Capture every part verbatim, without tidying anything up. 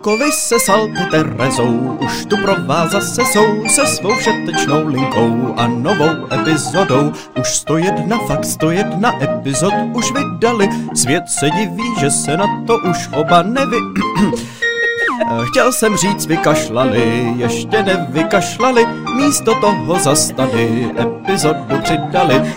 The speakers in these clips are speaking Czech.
Tomákovi se Salty Terezou už tu pro vás zase jsou se svou všetečnou linkou a novou epizodou. Už sto jedna, fakt sto jedna epizod už vydali. Svět se diví, že se na to už oba nevy... Chtěl jsem říct vykašlali, ještě nevykašlali, místo toho zastali, epizodu přidali.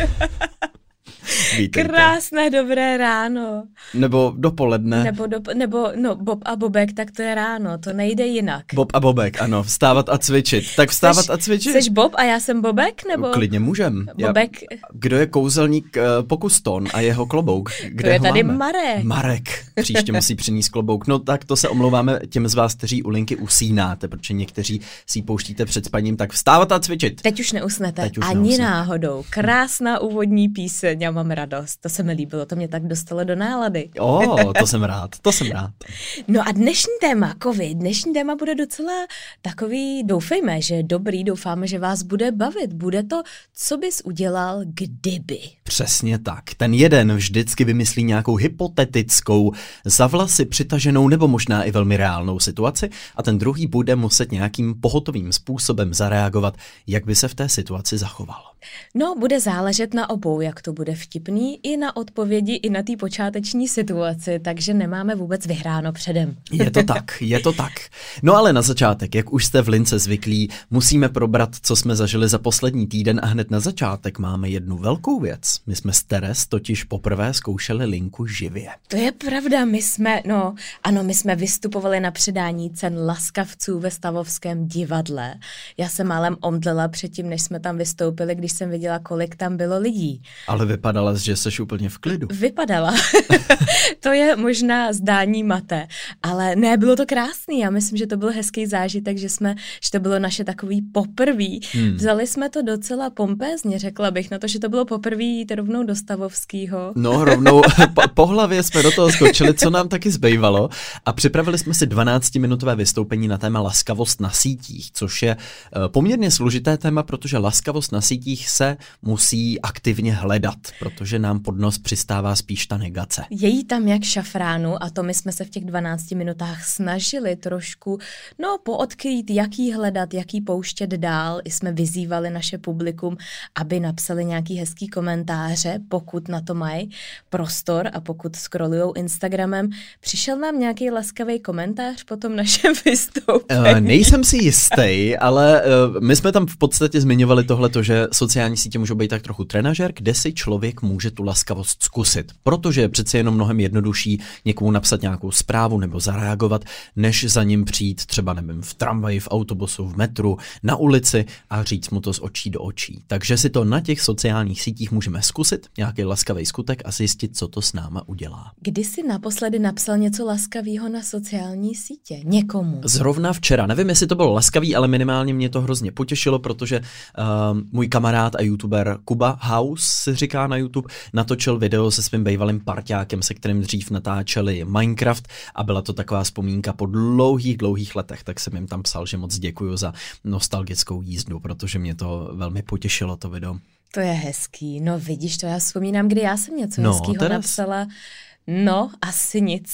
Vítejte. Krásné dobré ráno. Nebo dopoledne. Nebo, do, nebo no, Bob a Bobek, tak to je ráno, to nejde jinak. Bob a Bobek, ano, vstávat a cvičit. Tak vstávat Jseš, a cvičit. Jseš Bob a já jsem Bobek, nebo? Klidně můžem. Bobek. Já, kdo je kouzelník uh, Pokuston a jeho klobouk? Kde to je ho tady máme? Marek. Marek. Příště musí přinést klobouk. No tak to se omlouváme těm z vás, kteří u linky usínáte, protože někteří si ji pouštíte před spaním, tak vstávat a cvičit. Teď už neusnete, Teď už ani neusnete. Náhodou. Krásná úvodní píseň, já mám radost. To se mi líbilo, to mě tak dostalo do nálady. O, to jsem rád, to jsem rád. No a dnešní téma, covid, dnešní téma bude docela takový, doufejme, že dobrý, doufáme, že vás bude bavit. Bude to, co bys udělal, kdyby. Přesně tak. Ten jeden vždycky vymyslí nějakou hypotetickou, za vlasy přitaženou nebo možná i velmi reálnou situaci a ten druhý bude muset nějakým pohotovým způsobem zareagovat, jak by se v té situaci zachoval. No, bude záležet na obou, jak to bude vtipný, i na odpovědi, i na té počáteční situaci, takže nemáme vůbec vyhráno předem. Je to tak, je to tak. No ale na začátek, jak už jste v lince zvyklí, musíme probrat, co jsme zažili za poslední týden a hned na začátek máme jednu velkou věc. My jsme s Teres totiž poprvé zkoušeli linku živě. To je pravda, my jsme, no, ano, my jsme vystupovali na předání cen laskavců ve Stavovském divadle. Já jsem málem omdlela předtím, než jsme tam vystoupili, když jsem viděla, kolik tam bylo lidí. Ale vypadala, že jsi úplně v klidu. Vypadala. To je možná zdání mate, ale ne, bylo to krásný. Já myslím, že to byl hezký zážitek, že jsme, že to bylo naše takový poprví. Hmm. Vzali jsme to docela pompézně, řekla bych, na to, že to bylo poprvé jít rovnou do Stavovskýho. No, rovnou po, po hlavě jsme do toho skočili, co nám taky zbývalo a připravili jsme si dvanáctiminutové vystoupení na téma laskavost na sítích, což je uh, poměrně složité téma, protože laskavost na sítích se musí aktivně hledat, protože nám pod nos přistává spíš ta negace. Je jí tam jak šafránu a to my jsme se v těch dvanácti minutách snažili trošku, no, poodkrýt, jaký hledat, jaký pouštět dál. I jsme vyzývali naše publikum, aby napsali nějaký hezký komentáře, pokud na to mají prostor a pokud scrollujou Instagramem. Přišel nám nějaký laskavý komentář po tom našem vystoupení? Uh, nejsem si jistý, ale uh, my jsme tam v podstatě zmiňovali tohleto, že sociální sítě můžou být tak trochu trenažer, kde si člověk může tu laskavost zkusit. Protože je přece jenom mnohem jednodušší někomu napsat nějakou zprávu nebo zareagovat, než za ním přijít třeba, nevím, v tramvaji, v autobusu, v metru, na ulici a říct mu to z očí do očí. Takže si to na těch sociálních sítích můžeme zkusit, nějaký laskavý skutek a zjistit, co to s náma udělá. Kdy jsi naposledy napsal něco laskavého na sociální sítě? Někomu? Zrovna včera. Nevím, jestli to bylo laskavý, ale minimálně mě to hrozně potěšilo, protože uh, můj kamarád a youtuber Kuba House se říká na YouTube, natočil video se svým bývalým parťákem, se kterým dřív natáčeli Minecraft a byla to taková vzpomínka po dlouhých, dlouhých letech, tak jsem jim tam psal, že moc děkuju za nostalgickou jízdu, protože mě to velmi potěšilo, to video. To je hezký. No vidíš, to já vzpomínám, kdy já jsem něco no, hezkýho teraz... napsala. No, asi nic.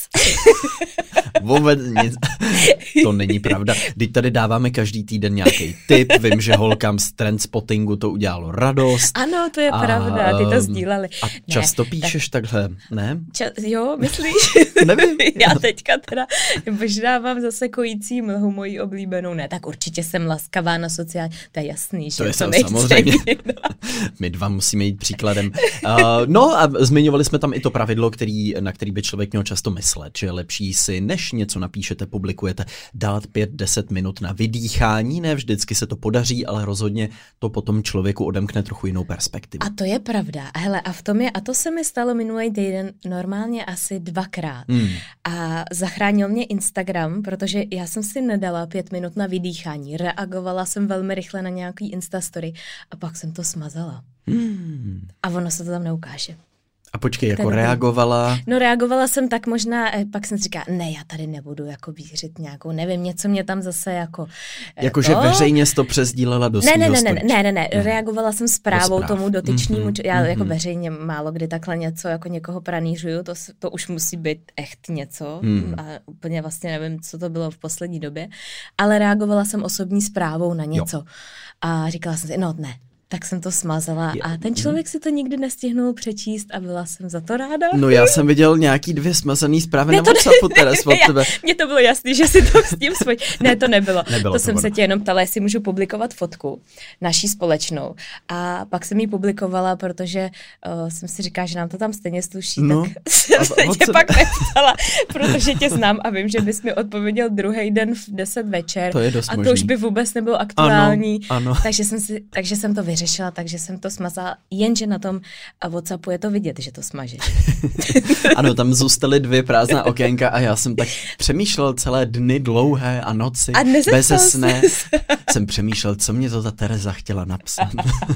Vůbec nic. To není pravda. Teď tady dáváme každý týden nějaký tip. Vím, že holkám z Trendspottingu to udělalo radost. Ano, to je a, pravda, ty to sdíleli. A často ne, píšeš tak... takhle, ne? Ča- jo, myslíš? Nevím. Já teďka teda možná mám zase kojící mlhu mojí oblíbenou. Ne, tak určitě jsem laskavá na sociální. To je jasný, že to je to samozřejmě. My dva musíme jít příkladem. Uh, no a zmiňovali jsme tam i to pravidlo, který, na který by člověk měl často myslet, že je lepší si, než něco napíšete, publikujete, dát pět deset minut na vydýchání. Ne vždycky se to podaří, ale rozhodně to potom člověku odemkne trochu jinou perspektivu. A to je pravda. Hele, a v tom je, a to se mi stalo minulý týden normálně asi dvakrát. Hmm. A zachránil mě Instagram, protože já jsem si nedala pět minut na vydýchání. Reagovala jsem velmi rychle na nějaký Instastory a pak jsem to smazala. Hmm. A ono se to tam neukáže. A počkej, jako reagovala? No reagovala jsem tak možná, pak jsem si říkala, ne, já tady nebudu jako vířit nějakou, nevím, něco mě tam zase jako... Jakože veřejně jsi to přesdílela do svýho ne, ne, ne, ne, ne, ne, ne, ne, reagovala jsem zprávou zpráv. tomu dotyčnímu, mm-hmm, já mm-hmm. jako veřejně málo kdy takhle něco, jako někoho pranířuju, to, to už musí být echt něco mm. a úplně vlastně nevím, co to bylo v poslední době, ale reagovala jsem osobní zprávou na něco jo. a říkala jsem si, no ne, tak jsem to smazala a ten člověk si to nikdy nestihnul přečíst a byla jsem za to ráda. No já jsem viděl nějaký dvě smazaný zprávy ne, na WhatsAppu teraz od tebe. Mně to bylo jasný, že si to s tím svoj... Ne, to nebylo. nebylo to, to jsem ono. se tě jenom ptala, jestli můžu publikovat fotku naší společnou. A pak jsem ji publikovala, protože uh, jsem si říkala, že nám to tam stejně sluší, no, tak jsem se tě pak neptala, protože tě znám a vím, že bys mi odpověděl druhý den v deset večer. To je dost a možný. to už by vůbec nebylo aktuální. Ano, ano. Takže jsem si, takže jsem to vyřešila, takže jsem to smazala, jenže na tom WhatsAppu je to vidět, že to smažeš. Ano, tam zůstaly dvě prázdná okénka a já jsem tak přemýšlel celé dny dlouhé a noci a bezesné. Jsem přemýšlel, co mě to ta Tereza chtěla napsat.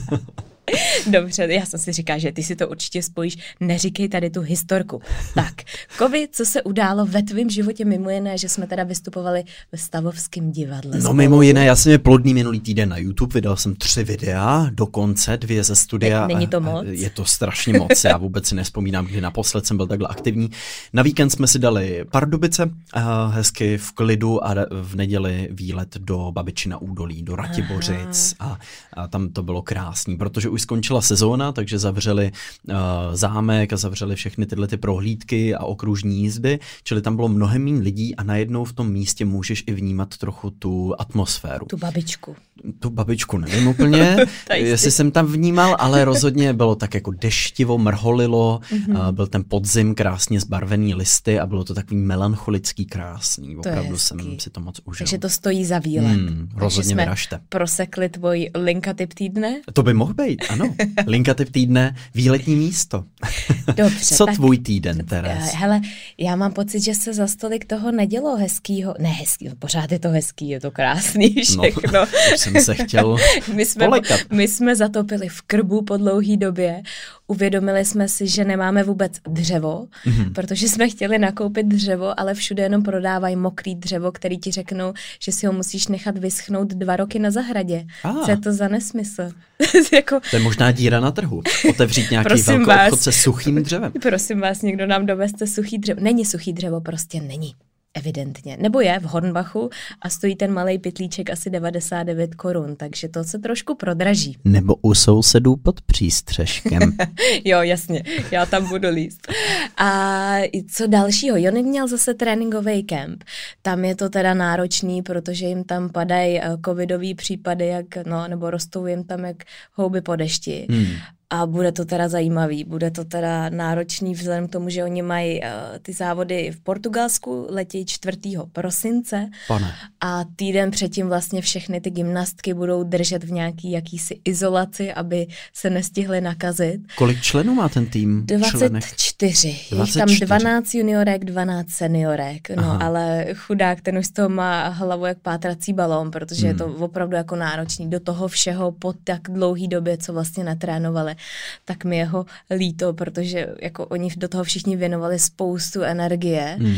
Dobře, já jsem si říkala, že ty si to určitě spojíš, neříkej tady tu historku. Tak, Kovi, co se událo ve tvém životě mimo jiné, že jsme teda vystupovali ve Stavovském divadle? No spolu. mimo jiné, já jsem je plodný minulý týden na YouTube, vydal jsem tři videa, dokonce dvě ze studia. Není to moc? Je to strašně moc, já vůbec si nespomínám, kdy naposled jsem byl takhle aktivní. Na víkend jsme si dali Pardubice, hezky v klidu a v neděli výlet do Babičina údolí, do Ratibořic a, a tam to bylo krásný, protože už skončila sezóna, takže zavřeli uh, zámek a zavřeli všechny tyhle ty prohlídky a okružní jízdy, čili tam bylo mnohem méně lidí a najednou v tom místě můžeš i vnímat trochu tu atmosféru. Tu babičku. Tu babičku nevím úplně, jestli jsem tam vnímal, ale rozhodně bylo tak jako deštivo, mrholilo, mm-hmm. uh, byl ten podzim krásně zbarvený listy a bylo to takový melancholický krásný. Opravdu jsem si to moc užil. Takže to stojí za výlet. Hmm, rozhodně jsme vyražte. Prosekli tvoj linka tip týdne? To by mohl být, ano. Linka tip týdne, výletní místo. Dobře. Co tak, tvůj týden, Teres? Hele, já mám pocit, že se za stolik toho nedělo hezkýho. Ne hezký, pořád je to hezký, je to krásný všechno. No, už jsem se chtěl my jsme, polekat. My jsme zatopili v krbu po dlouhý době. Uvědomili jsme si, že nemáme vůbec dřevo, mm-hmm. protože jsme chtěli nakoupit dřevo, ale všude jenom prodávají mokrý dřevo, který ti řeknou, že si ho musíš nechat vyschnout dva roky na zahradě. Ah. Co je to za nesmysl? jako... To je možná díra na trhu. Otevřít nějaký velkou obchod se suchým dřevem. Prosím vás, někdo nám doveste suchý dřevo. Není suchý dřevo, prostě není. Evidentně. Nebo je v Hornbachu a stojí ten malej pytlíček asi devadesát devět korun, takže to se trošku prodraží. Nebo u sousedů pod přístřeškem. Jo, jasně, já tam budu líst. A co dalšího? Jony měl zase tréninkový kemp. Tam je to teda náročný, protože jim tam padají covidový případy, jak, no, nebo rostou jim tam jak houby po dešti. Hmm. A bude to teda zajímavý, bude to teda náročný vzhledem k tomu, že oni mají uh, ty závody v Portugalsku, letějí čtvrtého prosince. Pane. A týden předtím vlastně všechny ty gymnastky budou držet v nějaký jakýsi izolaci, aby se nestihly nakazit. Kolik členů má ten tým? dvacet čtyři. Je tam dvanáct juniorek, dvanáct seniorek. No, aha. Ale chudák, ten už z toho má hlavu jak pátrací balón, protože hmm. je to opravdu jako náročný. Do toho všeho po tak dlouhý době, co vlastně natrénovali, tak mi jeho líto, protože jako oni do toho všichni věnovali spoustu energie. Hmm.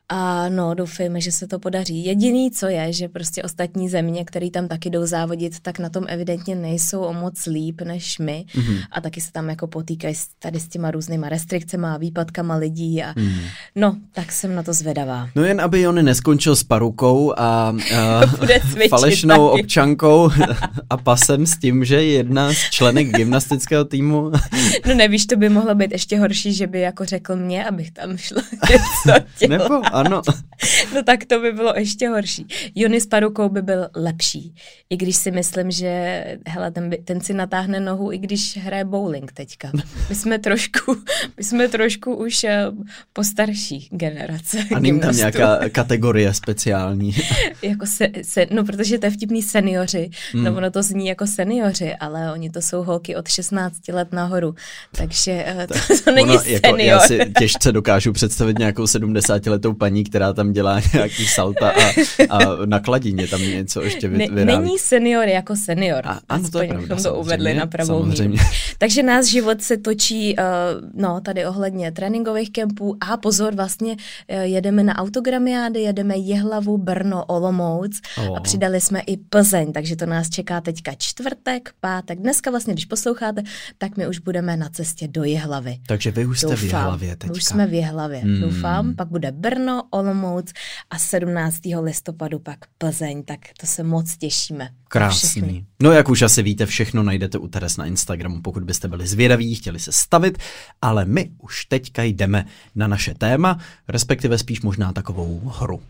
A no, doufejme, že se to podaří. Jediný, co je, že prostě ostatní země, který tam taky jdou závodit, tak na tom evidentně nejsou o moc líp než my. Mm-hmm. A taky se tam jako potýkají tady s těma různýma restrikcema a výpadkama lidí. A mm. no, tak jsem na to zvedavá. No jen, aby Jony neskončil s parukou a, a falešnou taky. občankou a pasem s tím, že jedna z členek gymnastického týmu. No nevíš, to by mohlo být ještě horší, že by jako řekl mě, abych tam šla něco dělat. Nebo ano. No tak to by bylo ještě horší. Jony s parukou by byl lepší. I když si myslím, že hele, ten, by, ten si natáhne nohu, i když hraje bowling teďka. My jsme trošku, my jsme trošku už uh, postarší generace. A není tam nějaká kategorie speciální? jako se, se, no protože to je vtipný seniori, hmm. no ono to zní jako seniori, ale oni to jsou holky od šestnácti let nahoru. Takže uh, to, to není ono, senior. Jako, já si těžce dokážu představit nějakou sedmdesátiletou paní, paní, která tam dělá nějaký salta a, a na kladině tam něco ještě vyrábí. Není senior jako senior. A, ano, to je pravda, to uvedli na pravou míru. Takže náš život se točí uh, no, tady ohledně tréninkových kempů a pozor, vlastně uh, jedeme na autogramiády, jedeme Jihlavu, Brno, Olomouc oh. a přidali jsme i Plzeň, takže to nás čeká teďka čtvrtek, pátek. Dneska vlastně, když posloucháte, tak my už budeme na cestě do Jihlavy. Takže vy už jste Doufám. v Jihlavě teďka. Už jsme v Jihlavě, hmm. doufám. Pak bude Brno, Olomouc a sedmnáctého listopadu pak Plzeň, tak to se moc těšíme. Krásný. No jak už asi víte, všechno najdete u Teres na Instagramu, pokud byste byli zvědaví, chtěli se stavit, ale my už teďka jdeme na naše téma, respektive spíš možná takovou hru.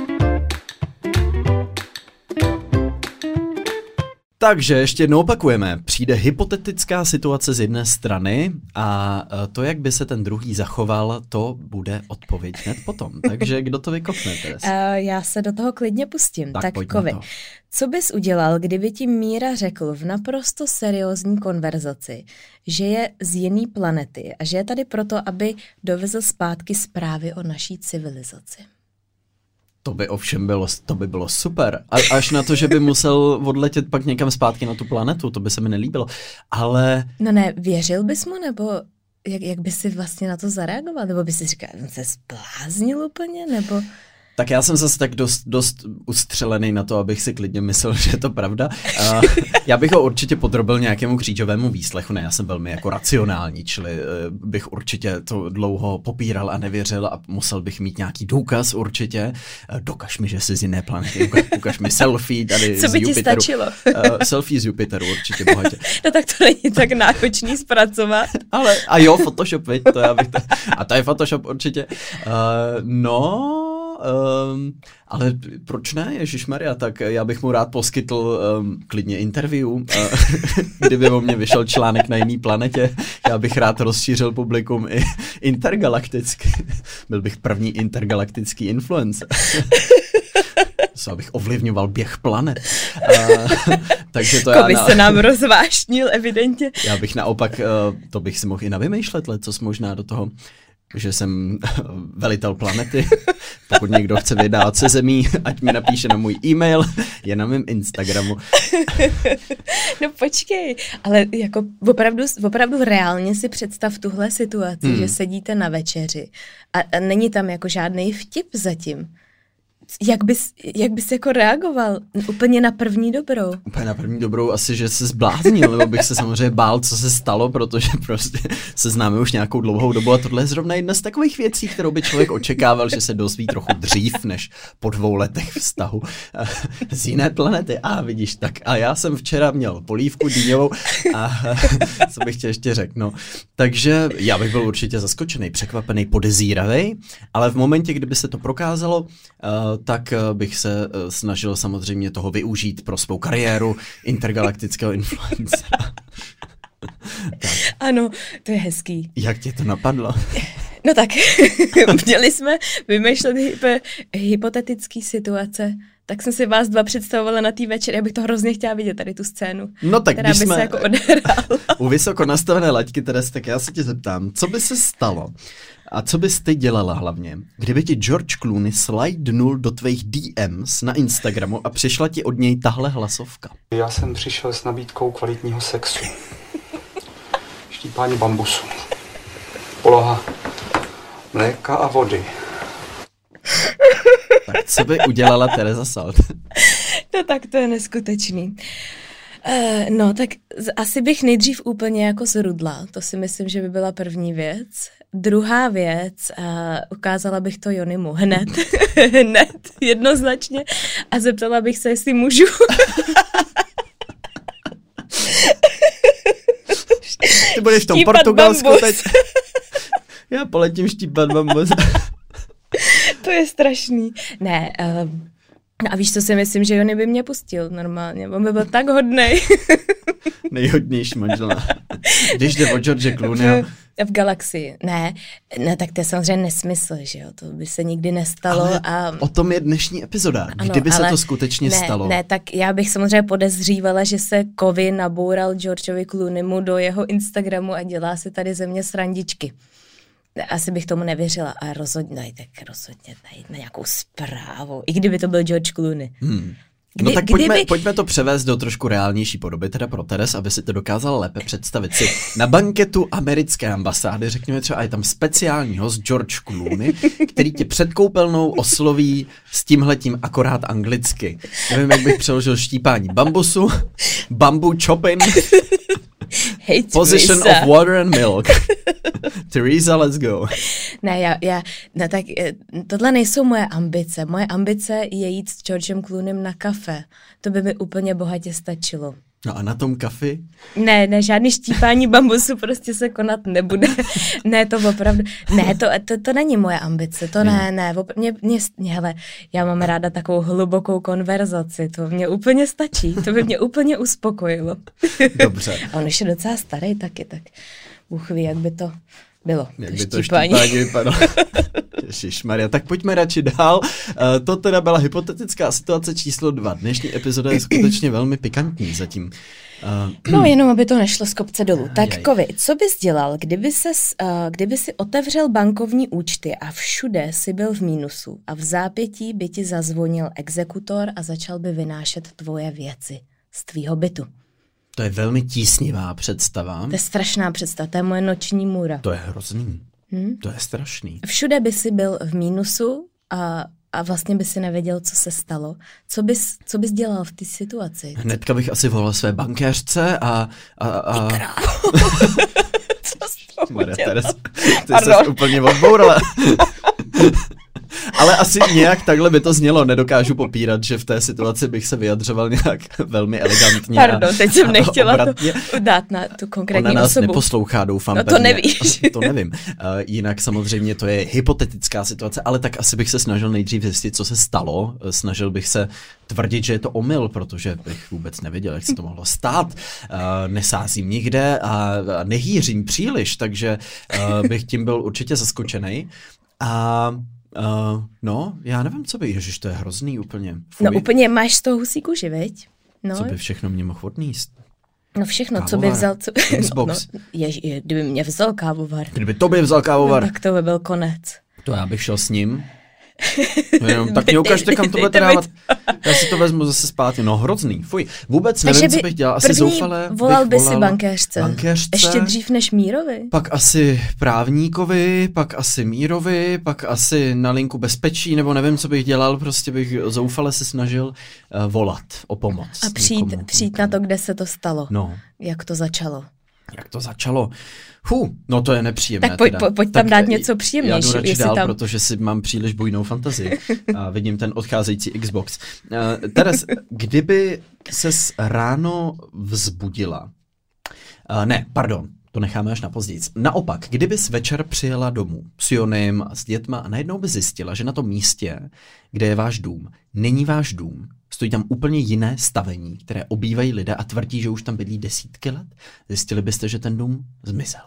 Takže ještě jednou opakujeme. Přijde hypotetická situace z jedné strany a to, jak by se ten druhý zachoval, to bude odpověď hned potom. Takže kdo to vykopne, Teres? Uh, já se do toho klidně pustím. Tak, tak Kovi, co bys udělal, kdyby ti Míra řekl v naprosto seriózní konverzaci, že je z jiné planety a že je tady proto, aby dovezl zpátky zprávy o naší civilizaci? To by ovšem bylo, to by bylo super. A, až na to, že by musel odletět pak někam zpátky na tu planetu, to by se mi nelíbilo. Ale... No ne, věřil bys mu, nebo jak, jak by si vlastně na to zareagoval? Nebo by si říkal, on se zbláznil úplně, nebo... Tak já jsem zase tak dost, dost ustřelený na to, abych si klidně myslel, že je to pravda. Uh, já bych ho určitě podrobil nějakému křížovému výslechu. Ne, já jsem velmi jako racionální, čili uh, bych určitě to dlouho popíral a nevěřil a musel bych mít nějaký důkaz určitě. Uh, dokaž mi, že jsi z jiné planety, ukaž, ukaž mi selfie tady Co z by Jupiteru. ti stačilo? Uh, selfie z Jupiteru určitě bohatě. No tak to není tak náročný zpracovat. Ale a jo, Photoshop, viď, to já bych to, a to je Photoshop určitě. Uh, no... Um, ale proč ne, ježišmarja, tak já bych mu rád poskytl um, klidně interview, uh, kdyby o mě vyšel článek na jiný planetě, já bych rád rozšířil publikum i intergalakticky. Byl bych první intergalaktický influencer. Co abych ovlivňoval běh planet. Uh, takže to Ko já... by na... se nám rozvášnil, evidentně. Já bych naopak, uh, to bych si mohl i navymýšlet, lecos možná do toho, že jsem velitel planety. Pokud někdo chce vydávat se zemí, ať mi napíše na můj e-mail, je na mém Instagramu. No počkej, ale jako opravdu, opravdu reálně si představ tuhle situaci, hmm. že sedíte na večeři a, a není tam jako žádný vtip zatím. Jak bys, jak bys jako reagoval? Úplně na první dobrou. Úplně na první dobrou asi, že se zbláznil, nebo bych se samozřejmě bál, co se stalo, protože prostě se známe už nějakou dlouhou dobu a tohle je zrovna jedna z takových věcí, kterou by člověk očekával, že se dozví trochu dřív, než po dvou letech vztahu z jiné planety. A vidíš, tak a já jsem včera měl polívku dýňovou a co bych tě ještě řekl, no. Takže já bych byl určitě zaskočený, překvapený, podezíravej, ale v momentě, kdyby se to prokázalo, tak bych se snažil samozřejmě toho využít pro svou kariéru intergalaktického influencera. Ano, to je hezký. Jak tě to napadlo? No tak, měli jsme vymýšlet hypo, hypotetický situace, tak jsem si vás dva představovala na té večer, já bych to hrozně chtěla vidět, tady tu scénu, no tak, která by jsme se jako odehrála. U vysoko nastavené laťky, Teres, tak já se tě zeptám, co by se stalo a co bys ty dělala hlavně, kdyby ti George Clooney slidnul do tvých D Ms na Instagramu a přišla ti od něj tahle hlasovka? Já jsem přišel s nabídkou kvalitního sexu. Štípání bambusu. Poloha mléka a vody. Tak co by udělala Tereza Salt? No tak to je neskutečný. Uh, no tak z, asi bych nejdřív úplně jako zrudla, to si myslím, že by byla první věc. Druhá věc, uh, ukázala bych to Jonimu hned, hned, jednoznačně a zeptala bych se, jestli můžu. Ty budeš v tom štípat Portugalsku bambus. teď. Já poletím štípat bambus. To je strašný. Ne, uh, no a víš, co si myslím, že Jony by mě pustil normálně, on by byl tak hodnej. Nejhodnější manžela. Když jde o George Clooney. V galaxii. Ne, ne, tak to je samozřejmě nesmysl, že jo, to by se nikdy nestalo. Ale a... o tom je dnešní epizoda. Kdyby ano, se to skutečně ne, stalo. Ne, tak já bych samozřejmě podezřívala, že se Kovy naboural Georgeovi Clooneymu do jeho Instagramu a dělá si tady ze mě srandičky. Asi bych tomu nevěřila, a rozhodně, no, tak rozhodně najít na nějakou zprávu, i kdyby to byl George Clooney. Hmm. Kdy, no tak kdyby... pojďme, pojďme to převést do trošku reálnější podoby, teda pro Teres, aby si to dokázala lépe představit si. Na banketu americké ambasády, řekněme třeba, je tam speciální host George Clooney, který tě před koupelnou osloví s tímhletím akorát anglicky. Nevím, jak bych přeložil štípání bambusu, bamboo chopping, Hey, position of water and milk. Teresa, let's go. Ne, já, já, no tak tohle nejsou moje ambice. Moje ambice je jít s Georgem Clooneym na kafe. To by mi úplně bohatě stačilo. No a na tom kafi? Ne, ne, žádný štípání bambusu prostě se konat nebude. Ne, to opravdu, ne, to, to, to není moje ambice, to ne, ne, opr- mě, mě, mě, hele, já mám ráda takovou hlubokou konverzaci, to mě úplně stačí, to by mě úplně uspokojilo. Dobře. A on ještě docela starý taky, tak Bůh ví, jak by to bylo. Jak to by to štípání. štípání vypadalo. Ježišmarja, tak pojďme radši dál. Uh, to teda byla hypotetická situace číslo dva. Dnešní epizoda je skutečně velmi pikantní zatím. Uh, No jenom, aby to nešlo z kopce dolů. Tak Jej. Kovi, co bys dělal, kdyby, ses, uh, kdyby si otevřel bankovní účty a všude si byl v mínusu a v zápětí by ti zazvonil exekutor a začal by vynášet tvoje věci z tvýho bytu? To je velmi tísnivá představa. To je strašná představa, to je moje noční můra. To je hrozný. Hm? To je strašný. Všude by si byl v mínusu a, a vlastně by si nevěděl, co se stalo. Co bys, co bys dělal v té situaci? Hnedka bych asi volal své bankéřce a... a, a... Ty krávo. Co jsi to Maria udělal? Teres, ty jsi úplně odbourala. Ale asi nějak takhle by to znělo. Nedokážu popírat, že v té situaci bych se vyjadřoval nějak velmi elegantně. Pardon, teď jsem nechtěla obratně. to dát na tu konkrétní Ona nás osobu. neposlouchá, doufám. No to pevně. nevíš. To nevím. Uh, jinak samozřejmě to je hypotetická situace, ale tak asi bych se snažil nejdřív zjistit, co se stalo. Snažil bych se tvrdit, že je to omyl, protože bych vůbec nevěděl, jak se to mohlo stát. Uh, nesázím nikde a nehýřím příliš, takže uh, bych tím byl určitě zaskočený. A Uh, no, já nevím, co by, ježiš, to je hrozný úplně. Fuj. No úplně máš z toho husí kůži, viď? No, Co by všechno mě mohl odníst? no všechno, Kávovar, co by vzal, co... Xbox. No, jež, je, kdyby mě vzal kávovar, Kdyby tobě vzal kávovar, no, tak to by byl konec. to já bych šel s ním. Jenom, tak mě ukažte, kam to budete dávat. Já si to vezmu zase zpátky. No hrozný, fuj. Vůbec Takže nevím, by co bych dělal. Asi první zoufale volal bych by si bankéřce. bankéřce. Ještě dřív než Mírovi. Pak asi právníkovi, pak asi Mírovi, pak asi na linku bezpečí, nebo nevím, co bych dělal, prostě bych zoufale se snažil uh, volat o pomoc. A přijít, někomu, přijít někomu. na to, kde se to stalo. No. Jak to začalo. Jak to začalo? Hu, no to je nepříjemné. Tak pojď, teda. pojď, pojď tam tak dát něco příjemnější. Já jdu radši jestli dál, tam... protože si mám příliš bujnou fantazii. A vidím ten odcházející Xbox. Uh, Teres, kdyby ses ráno vzbudila, uh, ne, pardon, to necháme až na později. Naopak, kdybys večer přijela domů s Jonem a s dětma a najednou by zjistila, že na tom místě, kde je váš dům, není váš dům, stojí tam úplně jiné stavení, které obývají lidé a tvrdí, že už tam bydlí desítky let, zjistili byste, že ten dům zmizel.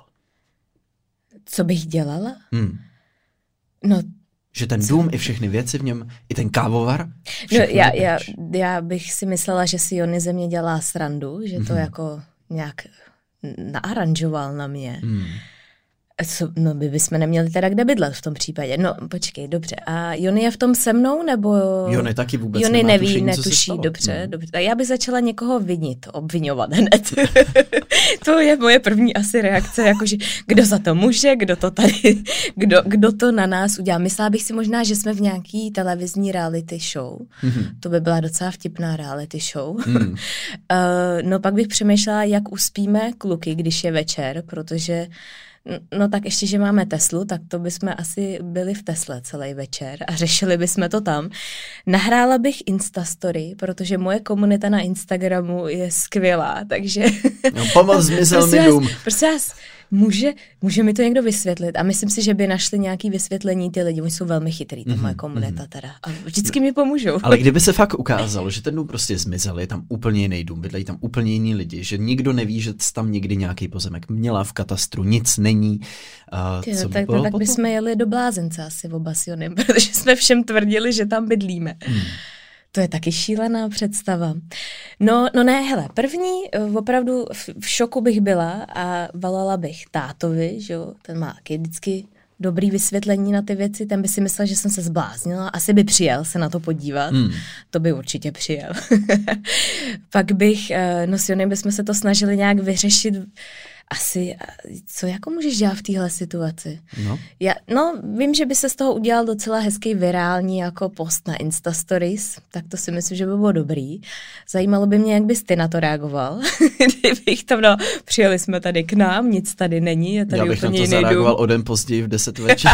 Co bych dělala? Hmm. No, Že ten dům i všechny věci v něm, i ten kávovar, no všechno já, je já, pryč. já bych si myslela, že si Jony ze mě dělá srandu, že to Mhm. jako nějak naaranžoval na mě. Hmm. Co, no by bychom neměli teda kde bydlet v tom případě. No počkej, dobře. A Jony je v tom se mnou, nebo... Jony taky vůbec Jony nemá neví, tušení, co se netuší, stalo. dobře, Hmm. dobře. Tak já bych začala někoho vinit, obvinovat hned. To je moje první asi reakce, jakože kdo za to může, kdo to tady, kdo, kdo to na nás udělá. Myslela bych si možná, že jsme v nějaký televizní reality show. Mhm. To by byla docela vtipná reality show. Hmm. Uh, no pak bych přemýšlela, jak uspíme kluky, když je večer, protože no tak ještě, že máme Teslu, tak to bychom asi byli v Tesle celý večer a řešili bychom to tam. Nahrála bych Instastory, protože moje komunita na Instagramu je skvělá, takže... No, pomoc zmizel mi dům. Prosím vás, může, může mi to někdo vysvětlit? A myslím si, že by našli nějaké vysvětlení ty lidi. Oni jsou velmi chytrý, ta Mhm, moje komunita mhm. teda. A vždycky mi pomůžou. Ale kdyby se fakt ukázalo, že ten dům prostě zmizel, je tam úplně jiný dům, bydlejí tam úplně jiní lidi, že nikdo neví, že jsi tam někdy nějaký pozemek měla v katastru, nic není. Uh, Ty, co by tak bylo tak potom? bychom jeli do blázence asi oba s Jonem, protože jsme všem tvrdili, že tam bydlíme. Hmm. To je taky šílená představa. No, no ne, hele, první opravdu v, v šoku bych byla a volala bych tátovi, že jo, ten má taky vždycky dobrý vysvětlení na ty věci, ten by si myslel, že jsem se zbláznila, asi by přijel se na to podívat, hmm. to by určitě přijel. Pak bych, no s Jonem bychom se to snažili nějak vyřešit. Asi, co jako můžeš dělat v téhle situaci? No. Já, no, vím, že by se z toho udělal docela hezký virální jako post na Insta Stories, tak to si myslím, že by bylo dobrý. Zajímalo by mě, jak bys ty na to reagoval. Kdybych tam, no, přijeli jsme tady k nám, nic tady není, je tady Já bych úplně na to zareagoval o den později v deset večer.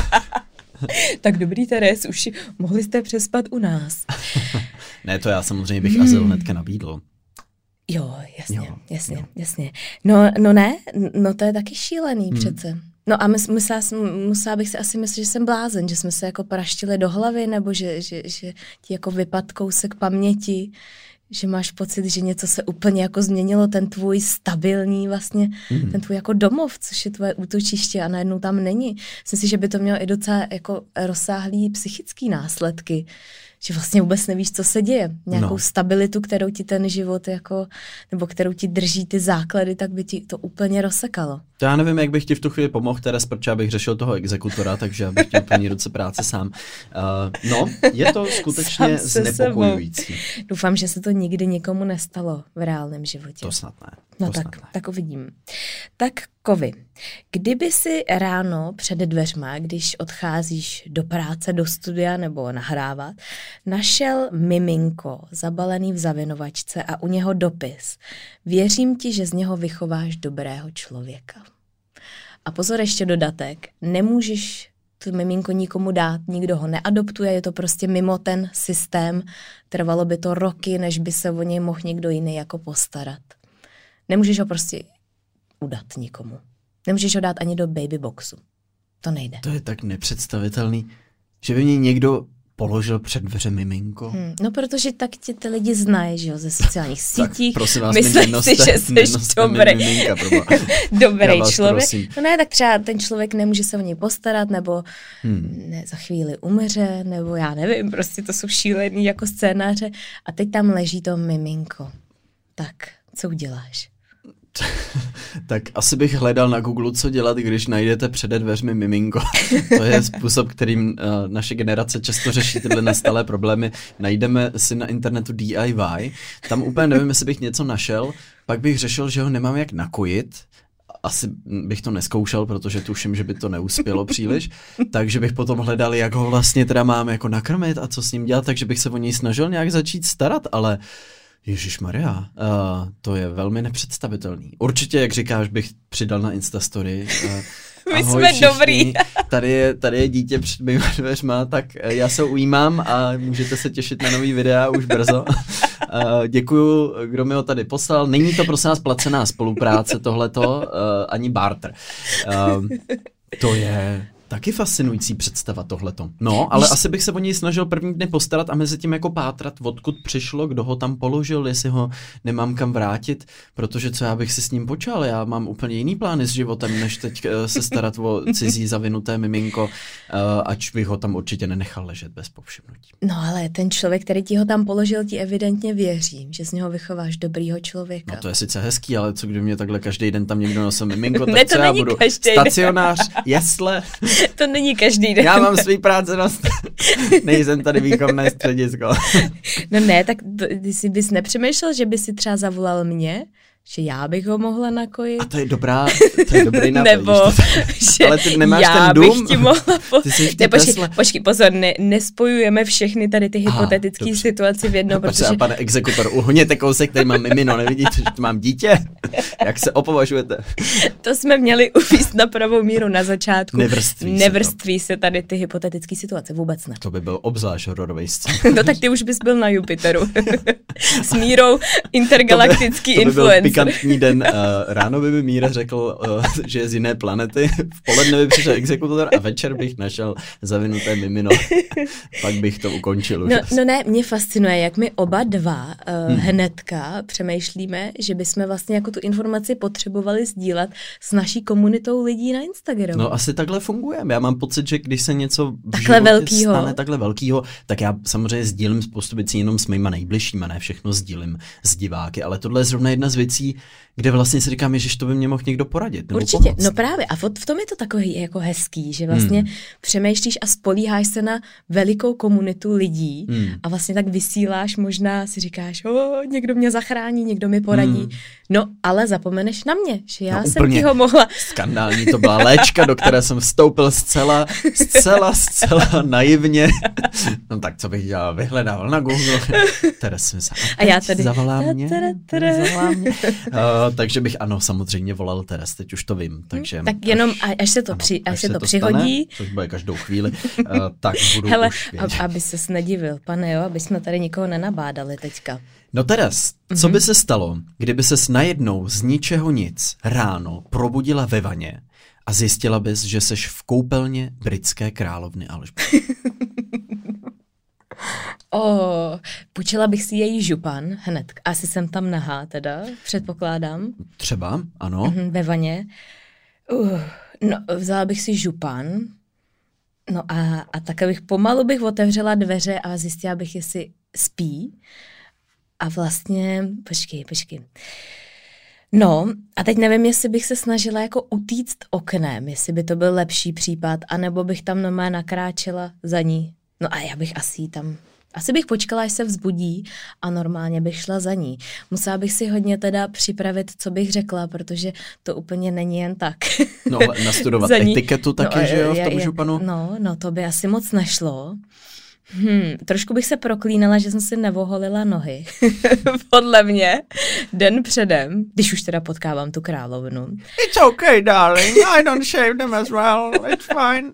Tak dobrý, Teres, už mohli jste přespat u nás. Ne, to já samozřejmě bych hmm. azyl hnedka nabídl. Jo, jasně, jo, jasně, jo. jasně. No, no ne, no to je taky šílený hmm. přece. No a mys, musela, musela bych si asi myslet, že jsem blázen, že jsme se jako praštili do hlavy, nebo že, že, že ti jako vypad kousek paměti, že máš pocit, že něco se úplně jako změnilo, ten tvůj stabilní vlastně, hmm. ten tvůj jako domov, což je tvoje útočiště a najednou tam není. Myslím si, že by to mělo i docela jako rozsáhlý psychický následky, že vlastně vůbec nevíš, co se děje. Nějakou no. stabilitu, kterou ti ten život jako, nebo kterou ti drží ty základy, tak by ti to úplně rozsekalo. To já nevím, jak bych ti v tu chvíli pomohl, Teres, protože bych řešil toho exekutora, takže já bych chtěl plní ruce práce sám. Uh, no, je to skutečně znepokojující. Doufám, že se to nikdy nikomu nestalo v reálném životě. To snad ne. No to tak, snad ne. tak uvidím. Tak Kovy, kdyby si ráno před dveřma, když odcházíš do práce, do studia nebo nahrávat, našel miminko zabalený v zavinovačce a u něho dopis. Věřím ti, že z něho vychováš dobrého člověka. A pozor, ještě dodatek, nemůžeš to miminko nikomu dát, nikdo ho neadoptuje, je to prostě mimo ten systém, trvalo by to roky, než by se o něj mohl někdo jiný jako postarat. Nemůžeš ho prostě udat nikomu. Nemůžeš ho dát ani do babyboxu. To nejde. To je tak nepředstavitelný, že by mě někdo položil před dveře miminko. Hmm, no, protože tak tě ty lidi znají, že jo, ze sociálních sítích. Tak prosím vás, myslí si, že jsi dobrý, miminka, dobrý člověk. Prosím. No ne, tak třeba ten člověk nemůže se o něj postarat, nebo hmm. ne, za chvíli umře, nebo já nevím, prostě to jsou šílený jako scénáře. A teď tam leží to miminko. Tak, co uděláš? Tak asi bych hledal na Google, co dělat, když najdete přede dveřmi miminko. To je způsob, kterým uh, naše generace často řeší tyhle nastalé problémy. Najdeme si na internetu D I Y. Tam úplně nevím, jestli bych něco našel. Pak bych řešil, že ho nemám jak nakojit. Asi bych to neskoušel, protože tuším, že by to neuspělo příliš. Takže bych potom hledal, jak ho vlastně teda mám jako nakrmit a co s ním dělat. Takže bych se o něj snažil nějak začít starat, ale Ježišmarja, uh, to je velmi nepředstavitelný. Určitě, jak říkáš, bych přidal na Instastory. Uh, My jsme všichni, dobrý. Tady je, tady je dítě před mými dveřma, tak já se ujímám a můžete se těšit na nový videa už brzo. Uh, děkuju, kdo mi ho tady poslal. Není to prosím nás placená spolupráce tohleto, uh, ani barter. Uh, to je... Taky fascinující představa tohleto. No, ale Víš... asi bych se o něj snažil první dny postarat a mezi tím jako pátrat, odkud přišlo, kdo ho tam položil, jestli ho nemám kam vrátit, protože co já bych si s ním počal, já mám úplně jiný plány s životem, než teď uh, se starat o cizí zavinuté miminko, uh, ač bych ho tam určitě nenechal ležet bez povšimnutí. No ale ten člověk, který ti ho tam položil, ti evidentně věří, že z něho vychováš dobrýho člověka. No to je sice hezký, ale co kdyby mě takhle každý den tam někdo nosil miminko, tak ne, to co já budu? Stacionář, jesle. To není každý den. Já mám svý práce na st- nejsem tady výchovné středisko. No ne, tak to, ty si bys nepřemýšlel, že by si třeba zavolal mě, že já bych ho mohla nakojit. A to je dobrá, to je dobrý nápad. Nebo, že ale ty nemáš já ten dům. bych ti mohla... Po... Ty jsi ne, počkej, počkej, pozor, ne, nespojujeme všechny tady ty hypotetické situace v jedno, no, protože... A pane exekutor, uhoněte kousek, tady mám mimino, nevidíte, že tu mám dítě? Jak se opovažujete? To jsme měli uvíct na pravou míru na začátku. Nevrství, Nevrství se, se tady ty hypotetické situace, vůbec ne. To by byl obzvlášť hororový scén. No tak ty už bys byl na Jupiteru. S Mírou intergalaktický to by, to by influencer. Byl pikantní den. Uh, ráno by mi Míra řekl, uh, že je z jiné planety. V poledne by přišel exekutor a večer bych našel zavinuté mimino. Pak bych to ukončil už. No, no ne, mě fascinuje, jak my oba dva uh, hmm. hnedka přemýšlíme, že bychom vlastně jako tu informaci potřebovali sdílet s naší komunitou lidí na Instagramu. No asi takhle fungujeme. Já mám pocit, že když se něco v takhle životě velkýho. stane takhle velkýho, tak já samozřejmě sdílím spoustu věcí jenom s mýma nejbližšíma, ne všechno sdílím s diváky, ale tohle je zrovna jedna z věcí, situací, kde vlastně si říkám, že to by mě mohl někdo poradit. Nebo Určitě, pomoct. no právě. A v tom je to takový jako hezký, že vlastně hmm. přemýšlíš a spolíháš se na velikou komunitu lidí hmm. a vlastně tak vysíláš, možná si říkáš, o, někdo mě zachrání, někdo mi poradí. Hmm. No, ale zapomeneš na mě, že já no, jsem ti ho mohla. Skandální, to byla léčka, do které jsem vstoupil zcela, zcela, zcela naivně. No tak co bych dělal, vyhledával na Google. Teres mi a já tady zavolá mě. Zavolá mě. Uh, takže bych ano, samozřejmě volal Teres, teď už to vím. Takže tak jenom až, až se to, ano, při, až až se to, to přihodí. Stane, což bude každou chvíli, uh, tak budu hele, už vědět. aby ses nedivil, pane jo, aby jsme tady nikoho nenabádali teďka. No Teres, co mm-hmm. by se stalo, kdyby ses najednou z ničeho nic ráno probudila ve vaně a zjistila bys, že seš v koupelně britské královny Alžběty? Oh, půjčila bych si její župan hned. Asi jsem tam nahá teda, předpokládám. Třeba, ano. Mm-hmm, ve vaně. Uh, no, vzala bych si župan. No a, a tak bych pomalu bych otevřela dveře a zjistila bych, jestli spí. A vlastně, počkej, počkej. No, a teď nevím, jestli bych se snažila jako utíct oknem, jestli by to byl lepší případ, anebo bych tam normálně nakráčela za ní. No a já bych asi tam, asi bych počkala, až se vzbudí a normálně bych šla za ní. Musela bych si hodně teda připravit, co bych řekla, protože to úplně není jen tak. No, nastudovat etiketu taky, no, že jo, v tom županu? No, no, to by asi moc nešlo. Hmm, trošku bych se proklínala, že jsem si nevoholila nohy. Podle mě. Den předem, když už teda potkávám tu královnu. It's okay, darling. I don't shave them as well. It's fine.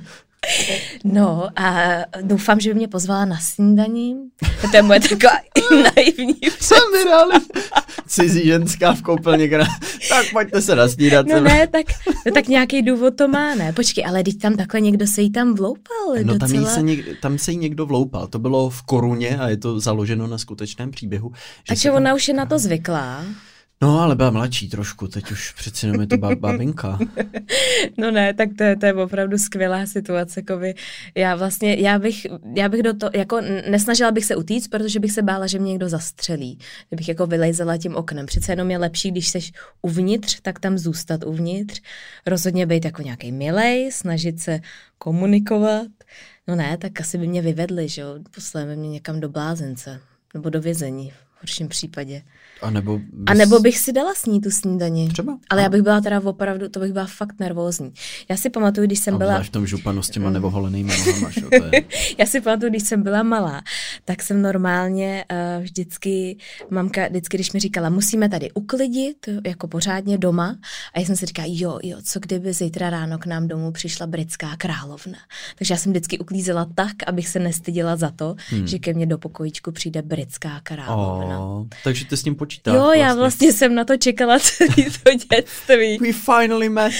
No a doufám, že by mě pozvala na snídaní. To je moje taková naivní představa. Cizí ženská v koupelně. Tak pojďte se nasnídat. No ne, tak, no tak nějaký důvod to má, ne? Počkej, ale teď tam takhle někdo se jí tam vloupal. No docela... tam, se něk, tam se jí někdo vloupal. To bylo v Koruně a je to založeno na skutečném příběhu. A že ona tam... už je na to zvyklá. No, ale byla mladší trošku, teď už přeci jenom je to babinka. No ne, tak to je, to je opravdu skvělá situace, kovy. Já vlastně, já bych, já bych do toho, jako nesnažila bych se utíct, protože bych se bála, že mě někdo zastřelí. Kdybych jako vylejzala tím oknem. Přece jenom je lepší, když seš uvnitř, tak tam zůstat uvnitř. Rozhodně být jako nějaký milej, snažit se komunikovat. No ne, tak asi by mě vyvedli, že jo, poslali by mě někam do blázence nebo do vězení v horším případě. A nebo, bys... a nebo bych si dala s ní tu snídani. Třeba. Ale já bych byla teda opravdu, to bych byla fakt nervózní. Já si pamatuju, když jsem a byla... A v tom županu s těma nevoholenýma nohama, šo, to je... Já si pamatuju, když jsem byla malá, tak jsem normálně uh, vždycky, mamka vždycky, když mi říkala, musíme tady uklidit, jako pořádně doma, a já jsem si říkala, jo, jo, co kdyby zítra ráno k nám domů přišla britská královna. Takže já jsem vždycky uklízela tak, abych se nestyděla za to, hmm. že ke mně do pokojíčku přijde britská královna. Oh, takže ty s tím počítáš. Jo, vlastně. Já vlastně jsem na to čekala celý to dětství. We finally met.